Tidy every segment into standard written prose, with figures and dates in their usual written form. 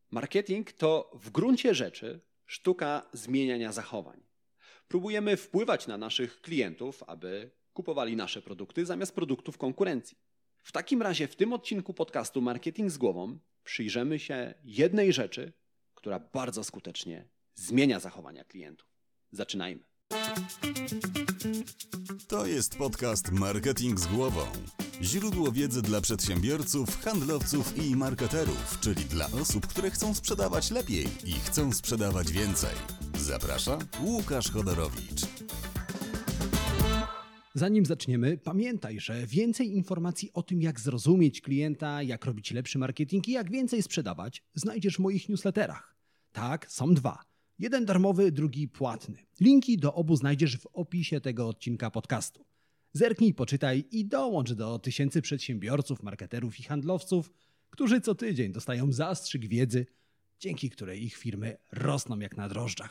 Marketing to w gruncie rzeczy sztuka zmieniania zachowań. Próbujemy wpływać na naszych klientów, aby kupowali nasze produkty zamiast produktów konkurencji. W takim razie w tym odcinku podcastu Marketing z głową przyjrzymy się jednej rzeczy, która bardzo skutecznie zmienia zachowania klientów. Zaczynajmy. To jest podcast Marketing z głową. Źródło wiedzy dla przedsiębiorców, handlowców i marketerów, czyli dla osób, które chcą sprzedawać lepiej i chcą sprzedawać więcej. Zaprasza Łukasz Chodorowicz. Zanim zaczniemy, pamiętaj, że więcej informacji o tym, jak zrozumieć klienta, jak robić lepszy marketing i jak więcej sprzedawać, znajdziesz w moich newsletterach. Tak, są dwa. Jeden darmowy, drugi płatny. Linki do obu znajdziesz w opisie tego odcinka podcastu. Zerknij, poczytaj i dołącz do tysięcy przedsiębiorców, marketerów i handlowców, którzy co tydzień dostają zastrzyk wiedzy, dzięki której ich firmy rosną jak na drożdżach.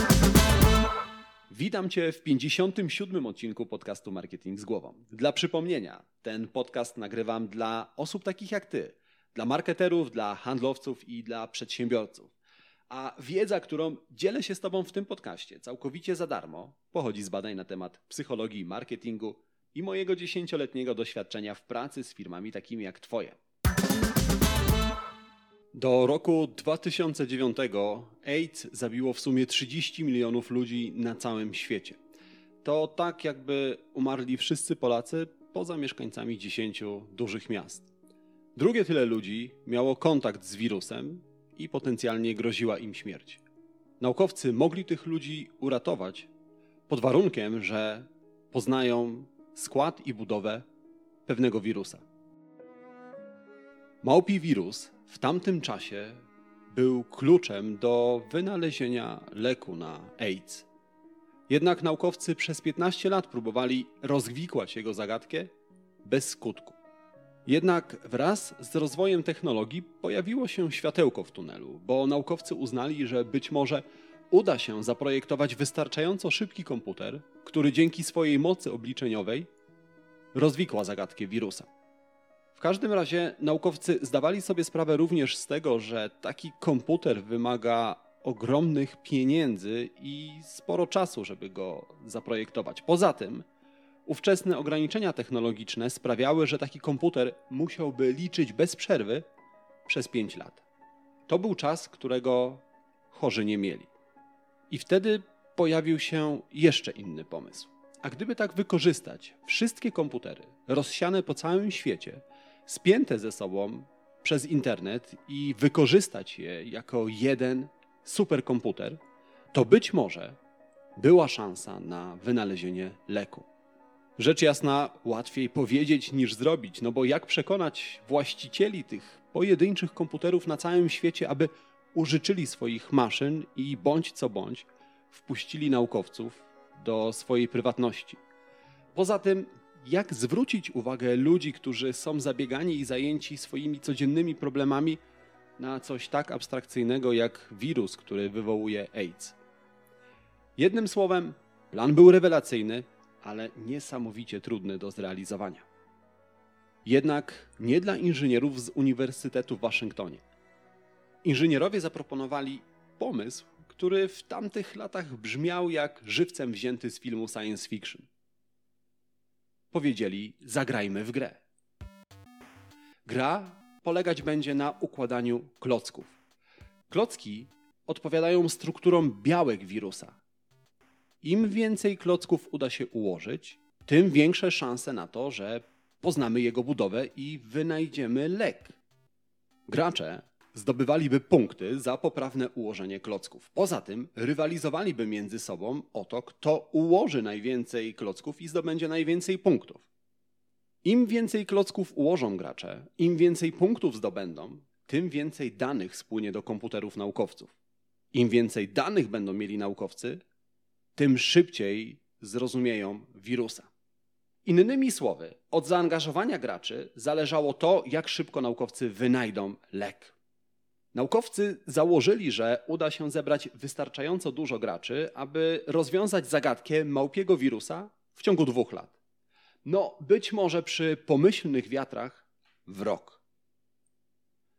Witam Cię w 57. odcinku podcastu Marketing z głową. Dla przypomnienia, ten podcast nagrywam dla osób takich jak Ty, dla marketerów, dla handlowców i dla przedsiębiorców. A wiedza, którą dzielę się z Tobą w tym podcaście całkowicie za darmo, pochodzi z badań na temat psychologii, marketingu i mojego 10-letniego doświadczenia w pracy z firmami takimi jak Twoje. Do roku 2009 AIDS zabiło w sumie 30 milionów ludzi na całym świecie. To tak, jakby umarli wszyscy Polacy poza mieszkańcami 10 dużych miast. Drugie tyle ludzi miało kontakt z wirusem i potencjalnie groziła im śmierć. Naukowcy mogli tych ludzi uratować pod warunkiem, że poznają skład i budowę pewnego wirusa. Małpi wirus w tamtym czasie był kluczem do wynalezienia leku na AIDS. Jednak naukowcy przez 15 lat próbowali rozwikłać jego zagadkę bez skutku. Jednak wraz z rozwojem technologii pojawiło się światełko w tunelu, bo naukowcy uznali, że być może uda się zaprojektować wystarczająco szybki komputer, który dzięki swojej mocy obliczeniowej rozwikła zagadkę wirusa. W każdym razie naukowcy zdawali sobie sprawę również z tego, że taki komputer wymaga ogromnych pieniędzy i sporo czasu, żeby go zaprojektować. Poza tym ówczesne ograniczenia technologiczne sprawiały, że taki komputer musiałby liczyć bez przerwy przez 5 lat. To był czas, którego chorzy nie mieli. I wtedy pojawił się jeszcze inny pomysł. A gdyby tak wykorzystać wszystkie komputery rozsiane po całym świecie, spięte ze sobą przez internet i wykorzystać je jako jeden superkomputer, to być może była szansa na wynalezienie leku. Rzecz jasna, łatwiej powiedzieć niż zrobić, no bo jak przekonać właścicieli tych pojedynczych komputerów na całym świecie, aby użyczyli swoich maszyn i bądź co bądź wpuścili naukowców do swojej prywatności. Poza tym, jak zwrócić uwagę ludzi, którzy są zabiegani i zajęci swoimi codziennymi problemami na coś tak abstrakcyjnego jak wirus, który wywołuje AIDS. Jednym słowem, plan był rewelacyjny, ale niesamowicie trudny do zrealizowania. Jednak nie dla inżynierów z Uniwersytetu w Waszyngtonie. Inżynierowie zaproponowali pomysł, który w tamtych latach brzmiał jak żywcem wzięty z filmu science fiction. Powiedzieli: zagrajmy w grę. Gra polegać będzie na układaniu klocków. Klocki odpowiadają strukturom białek wirusa. Im więcej klocków uda się ułożyć, tym większe szanse na to, że poznamy jego budowę i wynajdziemy lek. Gracze zdobywaliby punkty za poprawne ułożenie klocków. Poza tym rywalizowaliby między sobą o to, kto ułoży najwięcej klocków i zdobędzie najwięcej punktów. Im więcej klocków ułożą gracze, im więcej punktów zdobędą, tym więcej danych spłynie do komputerów naukowców. Im więcej danych będą mieli naukowcy, tym szybciej zrozumieją wirusa. Innymi słowy, od zaangażowania graczy zależało to, jak szybko naukowcy wynajdą lek. Naukowcy założyli, że uda się zebrać wystarczająco dużo graczy, aby rozwiązać zagadkę małpiego wirusa w ciągu 2 lat. No, być może przy pomyślnych wiatrach w rok.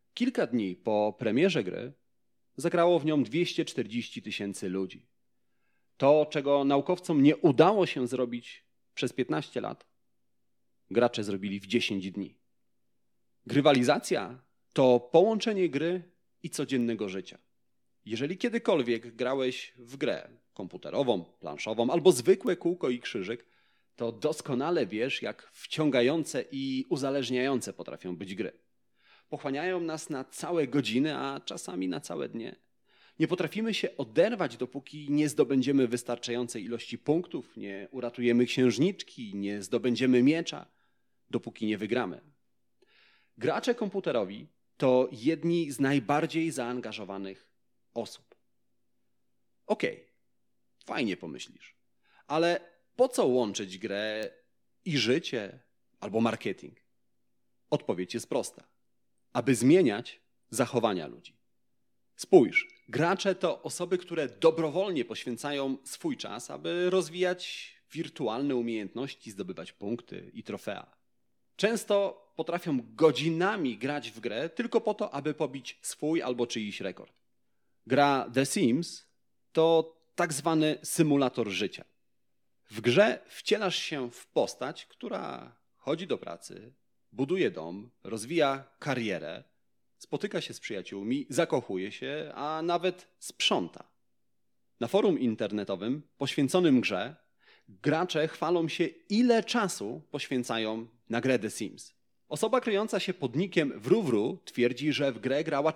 Kilka dni po premierze gry zagrało w nią 240 000 ludzi. To, czego naukowcom nie udało się zrobić przez 15 lat, gracze zrobili w 10 dni. Grywalizacja to połączenie gry i codziennego życia. Jeżeli kiedykolwiek grałeś w grę komputerową, planszową albo zwykłe kółko i krzyżyk, to doskonale wiesz, jak wciągające i uzależniające potrafią być gry. Pochłaniają nas na całe godziny, a czasami na całe dnie. Nie potrafimy się oderwać, dopóki nie zdobędziemy wystarczającej ilości punktów, nie uratujemy księżniczki, nie zdobędziemy miecza, dopóki nie wygramy. Gracze komputerowi to jedni z najbardziej zaangażowanych osób. Okej, fajnie pomyślisz, ale po co łączyć grę i życie albo marketing? Odpowiedź jest prosta. Aby zmieniać zachowania ludzi. Spójrz, gracze to osoby, które dobrowolnie poświęcają swój czas, aby rozwijać wirtualne umiejętności, zdobywać punkty i trofea. Często potrafią godzinami grać w grę tylko po to, aby pobić swój albo czyjś rekord. Gra The Sims to tak zwany symulator życia. W grze wcielasz się w postać, która chodzi do pracy, buduje dom, rozwija karierę, spotyka się z przyjaciółmi, zakochuje się, a nawet sprząta. Na forum internetowym poświęconym grze gracze chwalą się, ile czasu poświęcają na grę The Sims. Osoba kryjąca się pod nickiem WruWru twierdzi, że w grę grała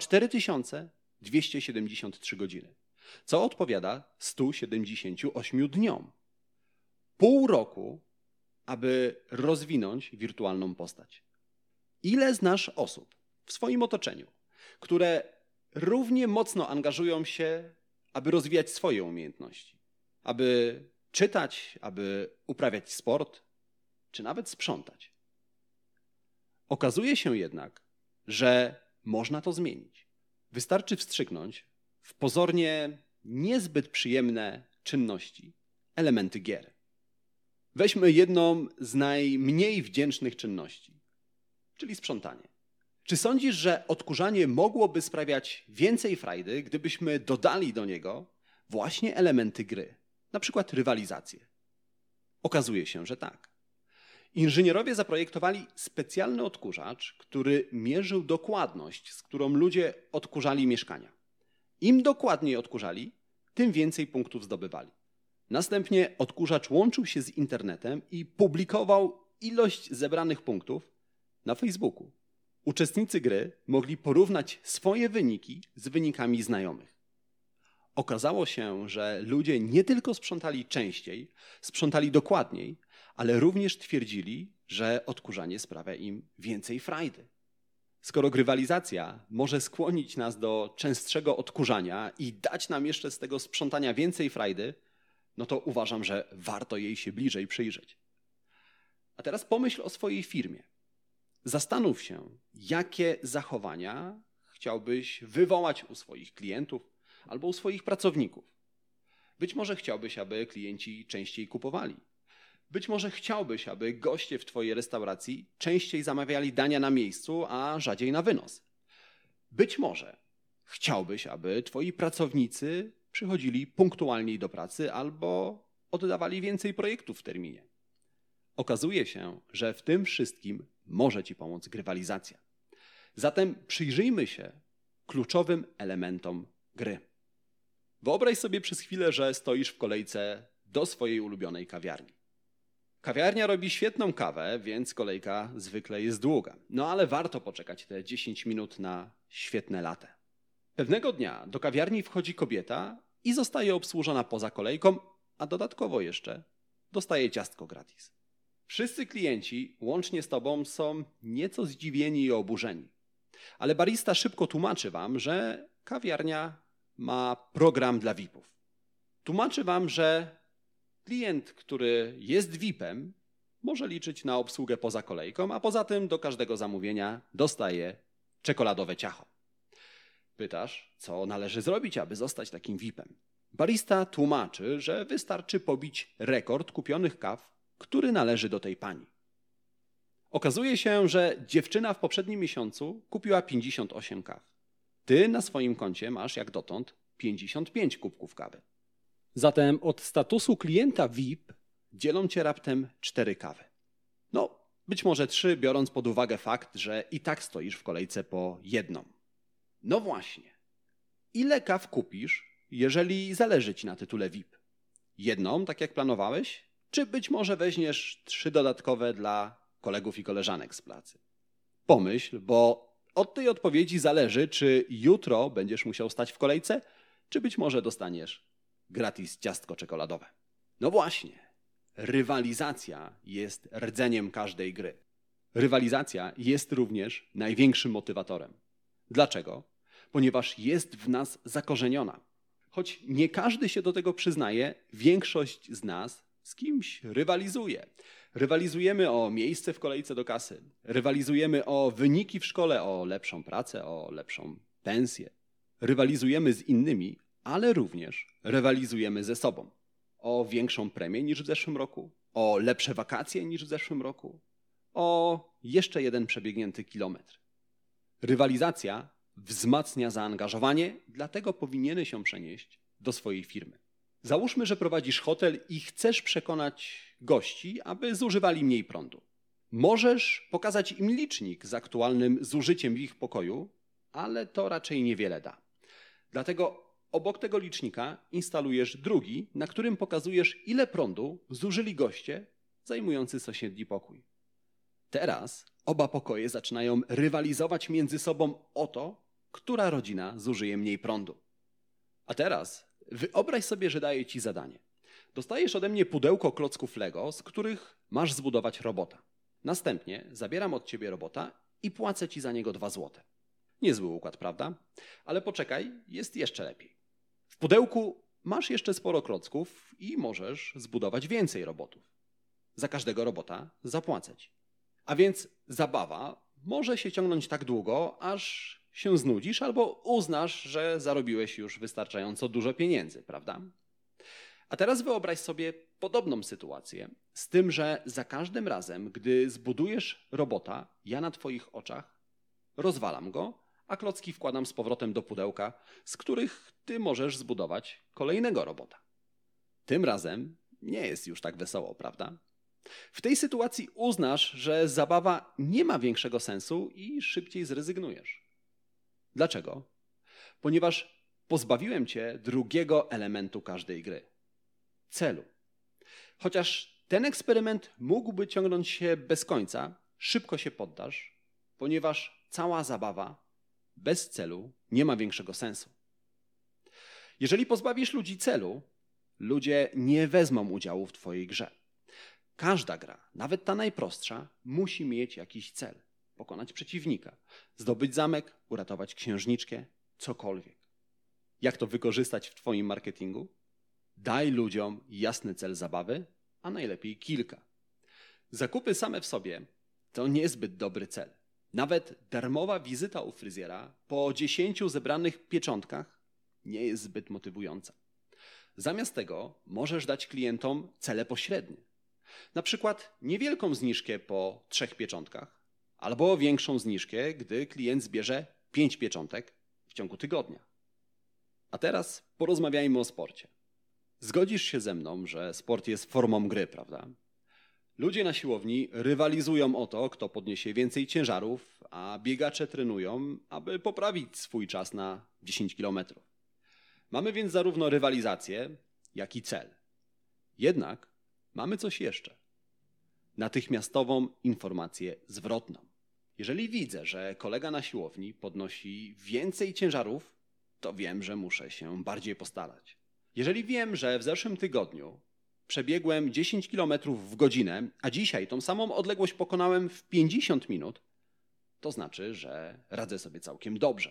4273 godziny, co odpowiada 178 dniom. Pół roku, aby rozwinąć wirtualną postać. Ile znasz osób w swoim otoczeniu, które równie mocno angażują się, aby rozwijać swoje umiejętności, aby czytać, aby uprawiać sport, czy nawet sprzątać? Okazuje się jednak, że można to zmienić. Wystarczy wstrzyknąć w pozornie niezbyt przyjemne czynności elementy gier. Weźmy jedną z najmniej wdzięcznych czynności, czyli sprzątanie. Czy sądzisz, że odkurzanie mogłoby sprawiać więcej frajdy, gdybyśmy dodali do niego właśnie elementy gry, na przykład rywalizację? Okazuje się, że tak. Inżynierowie zaprojektowali specjalny odkurzacz, który mierzył dokładność, z którą ludzie odkurzali mieszkania. Im dokładniej odkurzali, tym więcej punktów zdobywali. Następnie odkurzacz łączył się z internetem i publikował ilość zebranych punktów na Facebooku. Uczestnicy gry mogli porównać swoje wyniki z wynikami znajomych. Okazało się, że ludzie nie tylko sprzątali częściej, sprzątali dokładniej, ale również twierdzili, że odkurzanie sprawia im więcej frajdy. Skoro grywalizacja może skłonić nas do częstszego odkurzania i dać nam jeszcze z tego sprzątania więcej frajdy, no to uważam, że warto jej się bliżej przyjrzeć. A teraz pomyśl o swojej firmie. Zastanów się, jakie zachowania chciałbyś wywołać u swoich klientów albo u swoich pracowników. Być może chciałbyś, aby klienci częściej kupowali. Być może chciałbyś, aby goście w twojej restauracji częściej zamawiali dania na miejscu, a rzadziej na wynos. Być może chciałbyś, aby twoi pracownicy przychodzili punktualniej do pracy albo oddawali więcej projektów w terminie. Okazuje się, że w tym wszystkim może ci pomóc grywalizacja. Zatem przyjrzyjmy się kluczowym elementom gry. Wyobraź sobie przez chwilę, że stoisz w kolejce do swojej ulubionej kawiarni. Kawiarnia robi świetną kawę, więc kolejka zwykle jest długa. No ale warto poczekać te 10 minut na świetne latte. Pewnego dnia do kawiarni wchodzi kobieta i zostaje obsłużona poza kolejką, a dodatkowo jeszcze dostaje ciastko gratis. Wszyscy klienci, łącznie z tobą, są nieco zdziwieni i oburzeni. Ale barista szybko tłumaczy wam, że kawiarnia ma program dla VIP-ów. Tłumaczy wam, że klient, który jest VIP-em, może liczyć na obsługę poza kolejką, a poza tym do każdego zamówienia dostaje czekoladowe ciacho. Pytasz, co należy zrobić, aby zostać takim VIP-em? Barista tłumaczy, że wystarczy pobić rekord kupionych kaw, który należy do tej pani. Okazuje się, że dziewczyna w poprzednim miesiącu kupiła 58 kaw. Ty na swoim koncie masz jak dotąd 55 kubków kawy. Zatem od statusu klienta VIP dzielą cię raptem 4 kawy. No, być może 3, biorąc pod uwagę fakt, że i tak stoisz w kolejce po jedną. No właśnie. Ile kaw kupisz, jeżeli zależy ci na tytule VIP? Jedną, tak jak planowałeś? Czy być może weźmiesz 3 dodatkowe dla kolegów i koleżanek z pracy? Pomyśl, bo od tej odpowiedzi zależy, czy jutro będziesz musiał stać w kolejce, czy być może dostaniesz gratis ciastko czekoladowe. No właśnie, rywalizacja jest rdzeniem każdej gry. Rywalizacja jest również największym motywatorem. Dlaczego? Ponieważ jest w nas zakorzeniona. Choć nie każdy się do tego przyznaje, większość z nas z kimś rywalizuje. Rywalizujemy o miejsce w kolejce do kasy. Rywalizujemy o wyniki w szkole, o lepszą pracę, o lepszą pensję. Rywalizujemy z innymi, ale również rywalizujemy ze sobą. O większą premię niż w zeszłym roku, o lepsze wakacje niż w zeszłym roku, o jeszcze jeden przebiegnięty kilometr. Rywalizacja wzmacnia zaangażowanie, dlatego powinieneś się przenieść do swojej firmy. Załóżmy, że prowadzisz hotel i chcesz przekonać gości, aby zużywali mniej prądu. Możesz pokazać im licznik z aktualnym zużyciem w ich pokoju, ale to raczej niewiele da. Dlatego obok tego licznika instalujesz drugi, na którym pokazujesz, ile prądu zużyli goście zajmujący sąsiedni pokój. Teraz oba pokoje zaczynają rywalizować między sobą o to, która rodzina zużyje mniej prądu. A teraz wyobraź sobie, że daję ci zadanie. Dostajesz ode mnie pudełko klocków Lego, z których masz zbudować robota. Następnie zabieram od ciebie robota i płacę ci za niego 2 złote. Niezły układ, prawda? Ale poczekaj, jest jeszcze lepiej. W pudełku masz jeszcze sporo klocków i możesz zbudować więcej robotów. Za każdego robota zapłacę ci. A więc zabawa może się ciągnąć tak długo, aż się znudzisz albo uznasz, że zarobiłeś już wystarczająco dużo pieniędzy, prawda? A teraz wyobraź sobie podobną sytuację, z tym, że za każdym razem, gdy zbudujesz robota, ja na twoich oczach rozwalam go, a klocki wkładam z powrotem do pudełka, z których ty możesz zbudować kolejnego robota. Tym razem nie jest już tak wesoło, prawda? W tej sytuacji uznasz, że zabawa nie ma większego sensu i szybciej zrezygnujesz. Dlaczego? Ponieważ pozbawiłem cię drugiego elementu każdej gry – celu. Chociaż ten eksperyment mógłby ciągnąć się bez końca, szybko się poddasz, ponieważ cała zabawa bez celu nie ma większego sensu. Jeżeli pozbawisz ludzi celu, ludzie nie wezmą udziału w twojej grze. Każda gra, nawet ta najprostsza, musi mieć jakiś cel. Pokonać przeciwnika, zdobyć zamek, uratować księżniczkę, cokolwiek. Jak to wykorzystać w twoim marketingu? Daj ludziom jasny cel zabawy, a najlepiej kilka. Zakupy same w sobie to niezbyt dobry cel. Nawet darmowa wizyta u fryzjera po 10 zebranych pieczątkach nie jest zbyt motywująca. Zamiast tego możesz dać klientom cele pośrednie. Na przykład niewielką zniżkę po 3 pieczątkach, albo większą zniżkę, gdy klient zbierze 5 pieczątek w ciągu tygodnia. A teraz porozmawiajmy o sporcie. Zgodzisz się ze mną, że sport jest formą gry, prawda? Ludzie na siłowni rywalizują o to, kto podniesie więcej ciężarów, a biegacze trenują, aby poprawić swój czas na 10 km. Mamy więc zarówno rywalizację, jak i cel. Jednak mamy coś jeszcze. Natychmiastową informację zwrotną. Jeżeli widzę, że kolega na siłowni podnosi więcej ciężarów, to wiem, że muszę się bardziej postarać. Jeżeli wiem, że w zeszłym tygodniu przebiegłem 10 km w godzinę, a dzisiaj tą samą odległość pokonałem w 50 minut, to znaczy, że radzę sobie całkiem dobrze.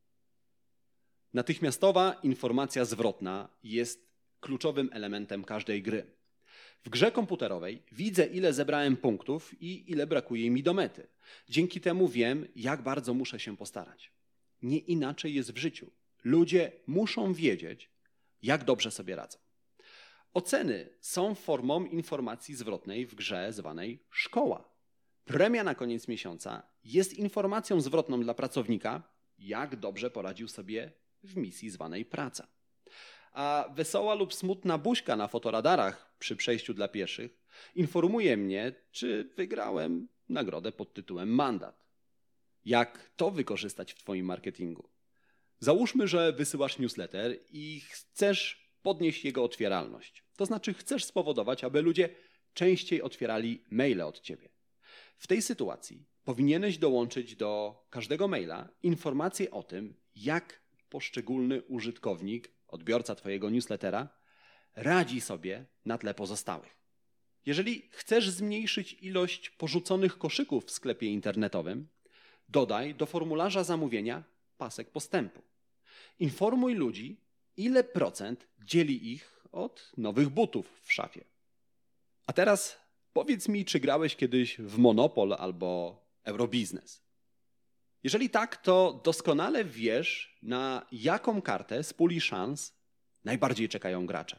Natychmiastowa informacja zwrotna jest kluczowym elementem każdej gry. W grze komputerowej widzę, ile zebrałem punktów i ile brakuje mi do mety. Dzięki temu wiem, jak bardzo muszę się postarać. Nie inaczej jest w życiu. Ludzie muszą wiedzieć, jak dobrze sobie radzą. Oceny są formą informacji zwrotnej w grze zwanej szkoła. Premia na koniec miesiąca jest informacją zwrotną dla pracownika, jak dobrze poradził sobie w misji zwanej praca. A wesoła lub smutna buźka na fotoradarach przy przejściu dla pieszych informuje mnie, czy wygrałem nagrodę pod tytułem mandat. Jak to wykorzystać w Twoim marketingu? Załóżmy, że wysyłasz newsletter i chcesz podnieść jego otwieralność. To znaczy chcesz spowodować, aby ludzie częściej otwierali maile od Ciebie. W tej sytuacji powinieneś dołączyć do każdego maila informację o tym, jak poszczególny użytkownik, odbiorca Twojego newslettera, radzi sobie na tle pozostałych. Jeżeli chcesz zmniejszyć ilość porzuconych koszyków w sklepie internetowym, dodaj do formularza zamówienia pasek postępu. Informuj ludzi, ile procent dzieli ich od nowych butów w szafie. A teraz powiedz mi, czy grałeś kiedyś w Monopol albo Eurobiznes? Jeżeli tak, to doskonale wiesz, na jaką kartę z puli szans najbardziej czekają gracze.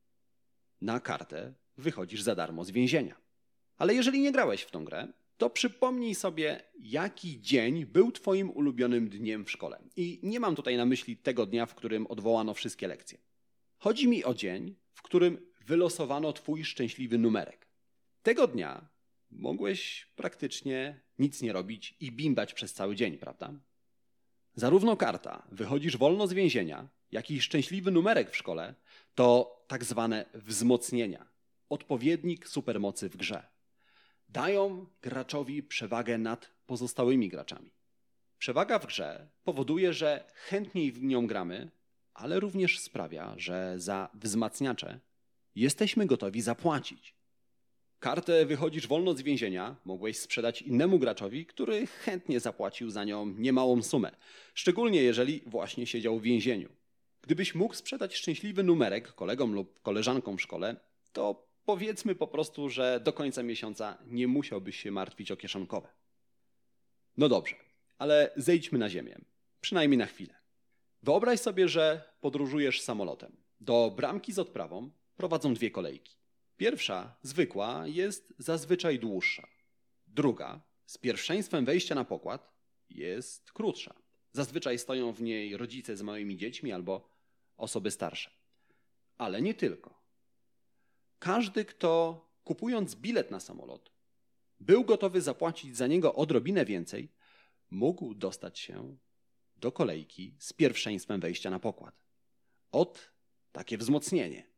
Na kartę wychodzisz za darmo z więzienia. Ale jeżeli nie grałeś w tą grę, to przypomnij sobie, jaki dzień był Twoim ulubionym dniem w szkole. I nie mam tutaj na myśli tego dnia, w którym odwołano wszystkie lekcje. Chodzi mi o dzień, w którym wylosowano Twój szczęśliwy numerek. Tego dnia mogłeś praktycznie nic nie robić i bimbać przez cały dzień, prawda? Zarówno karta wychodzisz wolno z więzienia, jak i szczęśliwy numerek w szkole to tak zwane wzmocnienia, odpowiednik supermocy w grze. Dają graczowi przewagę nad pozostałymi graczami. Przewaga w grze powoduje, że chętniej w nią gramy, ale również sprawia, że za wzmacniacze jesteśmy gotowi zapłacić. Kartę wychodzisz wolno z więzienia mogłeś sprzedać innemu graczowi, który chętnie zapłacił za nią niemałą sumę, szczególnie jeżeli właśnie siedział w więzieniu. Gdybyś mógł sprzedać szczęśliwy numerek kolegom lub koleżankom w szkole, to powiedzmy po prostu, że do końca miesiąca nie musiałbyś się martwić o kieszonkowe. No dobrze, ale zejdźmy na ziemię, przynajmniej na chwilę. Wyobraź sobie, że podróżujesz samolotem. Do bramki z odprawą prowadzą dwie kolejki. Pierwsza, zwykła, jest zazwyczaj dłuższa. Druga, z pierwszeństwem wejścia na pokład, jest krótsza. Zazwyczaj stoją w niej rodzice z małymi dziećmi albo osoby starsze. Ale nie tylko. Każdy, kto kupując bilet na samolot, był gotowy zapłacić za niego odrobinę więcej, mógł dostać się do kolejki z pierwszeństwem wejścia na pokład. Takie wzmocnienie.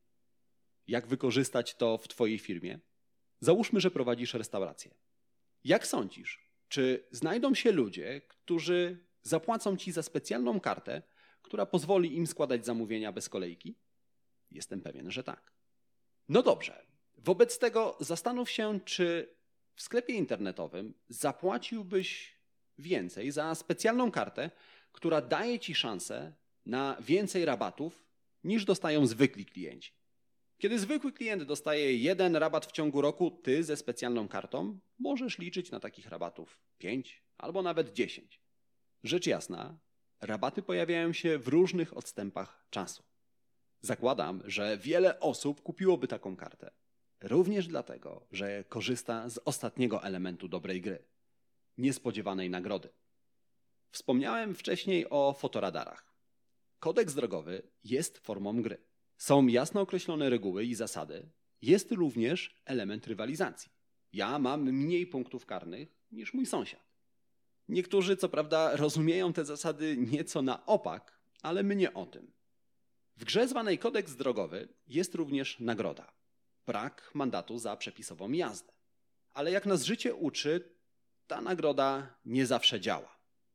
Jak wykorzystać to w Twojej firmie? Załóżmy, że prowadzisz restaurację. Jak sądzisz, czy znajdą się ludzie, którzy zapłacą Ci za specjalną kartę, która pozwoli im składać zamówienia bez kolejki? Jestem pewien, że tak. No dobrze. Wobec tego zastanów się, czy w sklepie internetowym zapłaciłbyś więcej za specjalną kartę, która daje Ci szansę na więcej rabatów niż dostają zwykli klienci. Kiedy zwykły klient dostaje 1 rabat w ciągu roku, ty ze specjalną kartą możesz liczyć na takich rabatów 5 albo nawet 10. Rzecz jasna, rabaty pojawiają się w różnych odstępach czasu. Zakładam, że wiele osób kupiłoby taką kartę. Również dlatego, że korzysta z ostatniego elementu dobrej gry – niespodziewanej nagrody. Wspomniałem wcześniej o fotoradarach. Kodeks drogowy jest formą gry. Są jasno określone reguły i zasady. Jest również element rywalizacji. Ja mam mniej punktów karnych niż mój sąsiad. Niektórzy, co prawda, rozumieją te zasady nieco na opak, ale my nie o tym. W grze zwanej kodeks drogowy jest również nagroda. Brak mandatu za przepisową jazdę. Ale jak nas życie uczy, ta nagroda nie zawsze działa.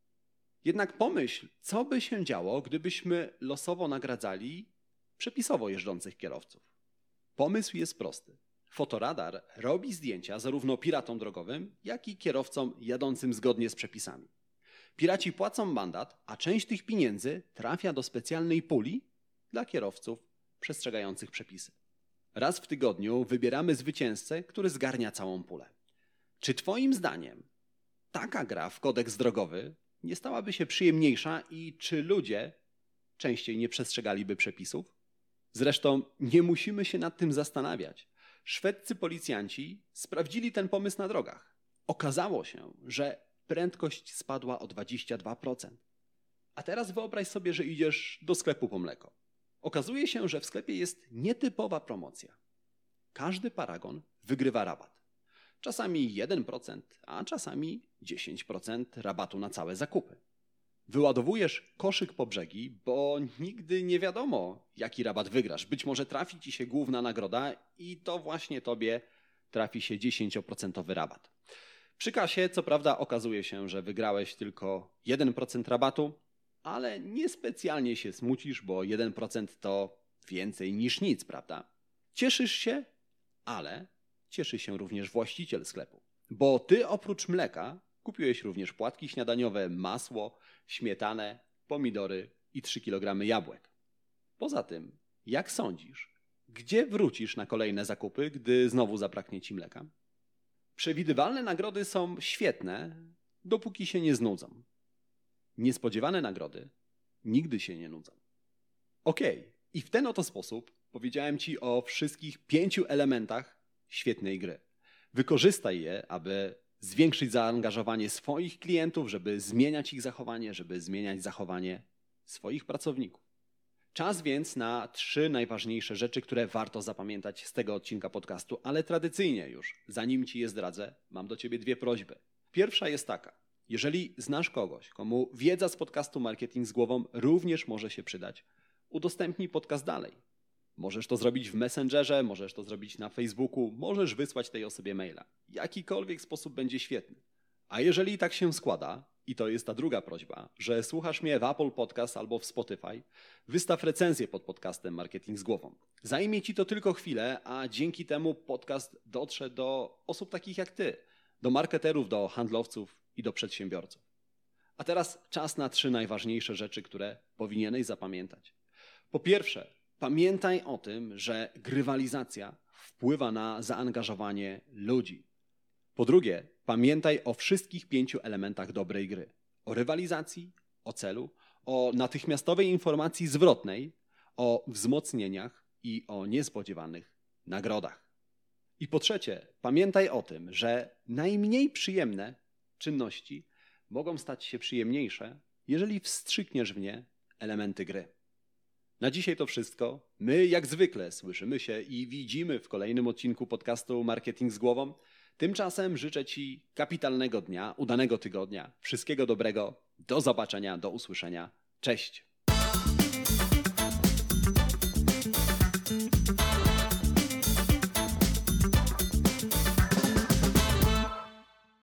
Jednak pomyśl, co by się działo, gdybyśmy losowo nagradzali przepisowo jeżdżących kierowców. Pomysł jest prosty. Fotoradar robi zdjęcia zarówno piratom drogowym, jak i kierowcom jadącym zgodnie z przepisami. Piraci płacą mandat, a część tych pieniędzy trafia do specjalnej puli dla kierowców przestrzegających przepisy. Raz w tygodniu wybieramy zwycięzcę, który zgarnia całą pulę. Czy Twoim zdaniem taka gra w kodeks drogowy nie stałaby się przyjemniejsza i czy ludzie częściej nie przestrzegaliby przepisów? Zresztą nie musimy się nad tym zastanawiać. Szwedzcy policjanci sprawdzili ten pomysł na drogach. Okazało się, że prędkość spadła o 22%. A teraz wyobraź sobie, że idziesz do sklepu po mleko. Okazuje się, że w sklepie jest nietypowa promocja. Każdy paragon wygrywa rabat. Czasami 1%, a czasami 10% rabatu na całe zakupy. Wyładowujesz koszyk po brzegi, bo nigdy nie wiadomo, jaki rabat wygrasz. Być może trafi ci się główna nagroda i to właśnie tobie trafi się 10% rabat. Przy kasie, co prawda, okazuje się, że wygrałeś tylko 1% rabatu, ale niespecjalnie się smucisz, bo 1% to więcej niż nic, prawda? Cieszysz się, ale cieszy się również właściciel sklepu, bo ty oprócz mleka kupiłeś również płatki śniadaniowe, masło, śmietanę, pomidory i 3 kg jabłek. Poza tym, jak sądzisz, gdzie wrócisz na kolejne zakupy, gdy znowu zabraknie ci mleka? Przewidywalne nagrody są świetne, dopóki się nie znudzą. Niespodziewane nagrody nigdy się nie nudzą. Okej, i w ten oto sposób powiedziałem ci o wszystkich 5 elementach świetnej gry. Wykorzystaj je, aby zwiększyć zaangażowanie swoich klientów, żeby zmieniać ich zachowanie, żeby zmieniać zachowanie swoich pracowników. Czas więc na 3 najważniejsze rzeczy, które warto zapamiętać z tego odcinka podcastu, ale tradycyjnie już, zanim ci je zdradzę, mam do ciebie 2 prośby. Pierwsza jest taka: jeżeli znasz kogoś, komu wiedza z podcastu Marketing z Głową również może się przydać, udostępnij podcast dalej. Możesz to zrobić w Messengerze, możesz to zrobić na Facebooku, możesz wysłać tej osobie maila. Jakikolwiek sposób będzie świetny. A jeżeli tak się składa, i to jest ta druga prośba, że słuchasz mnie w Apple Podcast albo w Spotify, wystaw recenzję pod podcastem Marketing z Głową. Zajmie ci to tylko chwilę, a dzięki temu podcast dotrze do osób takich jak ty, do marketerów, do handlowców i do przedsiębiorców. A teraz czas na 3 najważniejsze rzeczy, które powinieneś zapamiętać. Po pierwsze, pamiętaj o tym, że grywalizacja wpływa na zaangażowanie ludzi. Po drugie, pamiętaj o wszystkich 5 elementach dobrej gry. O rywalizacji, o celu, o natychmiastowej informacji zwrotnej, o wzmocnieniach i o niespodziewanych nagrodach. I po trzecie, pamiętaj o tym, że najmniej przyjemne czynności mogą stać się przyjemniejsze, jeżeli wstrzykniesz w nie elementy gry. Na dzisiaj to wszystko. My jak zwykle słyszymy się i widzimy w kolejnym odcinku podcastu Marketing z Głową. Tymczasem życzę ci kapitalnego dnia, udanego tygodnia, wszystkiego dobrego, do zobaczenia, do usłyszenia. Cześć!